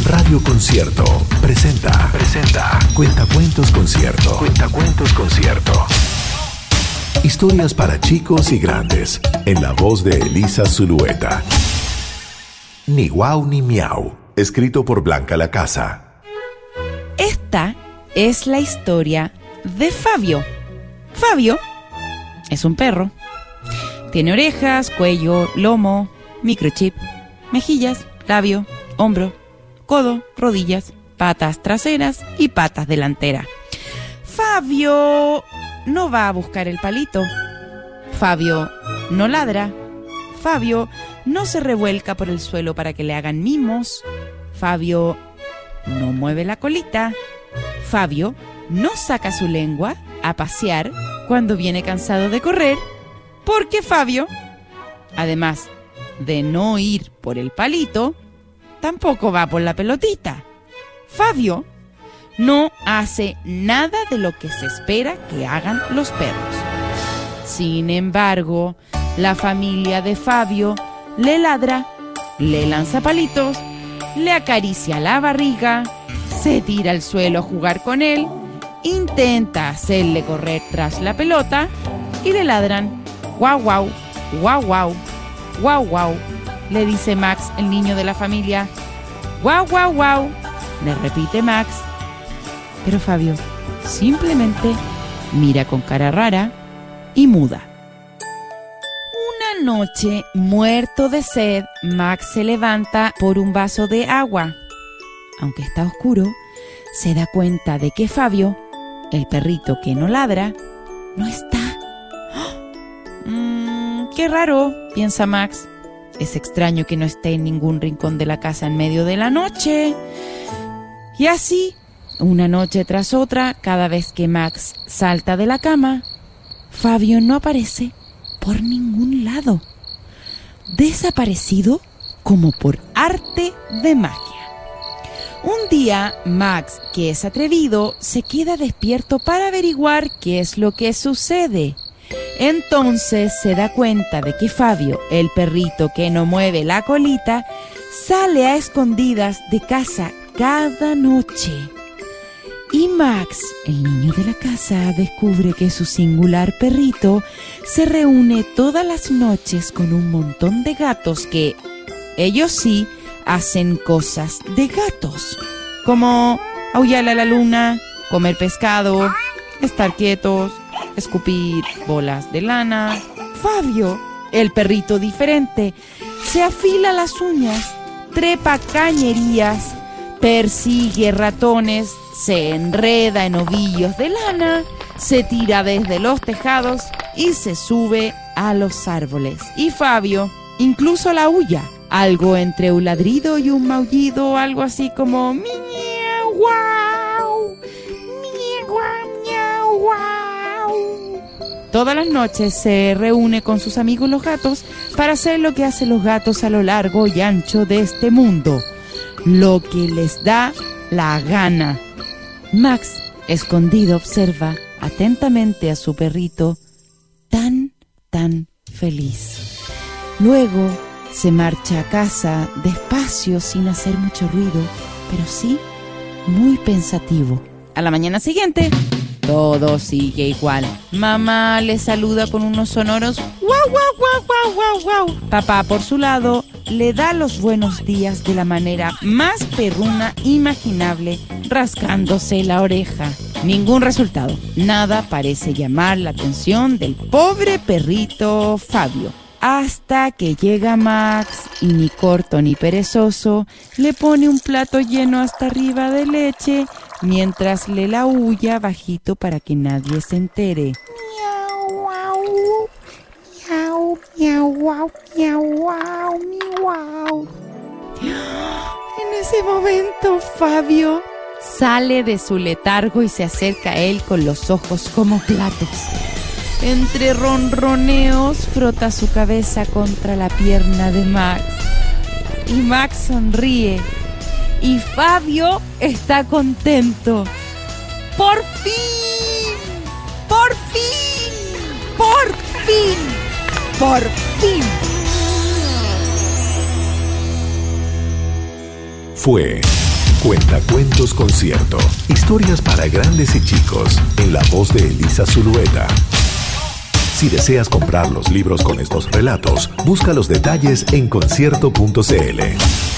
Radio Concierto presenta Cuentacuentos Concierto. Cuentacuentos Concierto. Historias para chicos y grandes, en la voz de Elisa Zulueta. Ni guau ni miau, escrito por Blanca Lacasa. Esta es la historia de Fabio. Fabio es un perro. Tiene orejas, cuello, lomo, microchip, mejillas, labio, hombro, codo, rodillas, patas traseras y patas delanteras. Fabio no va a buscar el palito. Fabio no ladra. Fabio no se revuelca por el suelo para que le hagan mimos. Fabio no mueve la colita. Fabio no saca su lengua a pasear cuando viene cansado de correr, porque Fabio, además de no ir por el palito, tampoco va por la pelotita. Fabio no hace nada de lo que se espera que hagan los perros. Sin embargo, la familia de Fabio le ladra, le lanza palitos, le acaricia la barriga, se tira al suelo a jugar con él, intenta hacerle correr tras la pelota y le ladran. Guau, guau, guau, guau, guau, guau, le dice Max, el niño de la familia. Guau, guau, guau, le repite Max. Pero Fabio simplemente mira con cara rara y muda. Una noche, muerto de sed, Max se levanta por un vaso de agua. Aunque está oscuro, se da cuenta de que Fabio, el perrito que no ladra, no está. ¡Qué raro!, piensa Max. Es extraño que no esté en ningún rincón de la casa en medio de la noche. Y así, una noche tras otra, cada vez que Max salta de la cama, Fabio no aparece por ningún lado. Desaparecido como por arte de magia. Un día, Max, que es atrevido, se queda despierto para averiguar qué es lo que sucede. Entonces se da cuenta de que Fabio, el perrito que no mueve la colita, sale a escondidas de casa cada noche. Y Max, el niño de la casa, descubre que su singular perrito se reúne todas las noches con un montón de gatos que, ellos sí, hacen cosas de gatos, como aullarle a la luna, comer pescado, estar quietos, escupir bolas de lana. Fabio, el perrito diferente, se afila las uñas, trepa cañerías, persigue ratones, se enreda en ovillos de lana, se tira desde los tejados y se sube a los árboles. Y Fabio incluso la aúlla, algo entre un ladrido y un maullido, algo así como miau, guau, miau, miau, guau. Todas las noches se reúne con sus amigos los gatos para hacer lo que hacen los gatos a lo largo y ancho de este mundo, lo que les da la gana. Max, escondido, observa atentamente a su perrito tan feliz. Luego se marcha a casa despacio, sin hacer mucho ruido, pero sí muy pensativo. A la mañana siguiente, todo sigue igual. Mamá le saluda con unos sonoros guau, guau, guau, guau, guau, guau. Papá, por su lado, le da los buenos días de la manera más perruna imaginable, rascándose la oreja. Ningún resultado. Nada parece llamar la atención del pobre perrito Fabio. Hasta que llega Max y, ni corto ni perezoso, le pone un plato lleno hasta arriba de leche, mientras le laúlla bajito para que nadie se entere. Miau, guau, miau, miau, guau, miau, guau, miau. En ese momento, Fabio sale de su letargo y se acerca a él con los ojos como platos. Entre ronroneos, frota su cabeza contra la pierna de Max. Y Max sonríe. Y Fabio está contento. ¡Por fin! ¡Por fin! ¡Por fin! ¡Por fin! Fue Cuentacuentos Concierto. Historias para grandes y chicos, en la voz de Elisa Zulueta. Si deseas comprar los libros con estos relatos, busca los detalles en concierto.cl.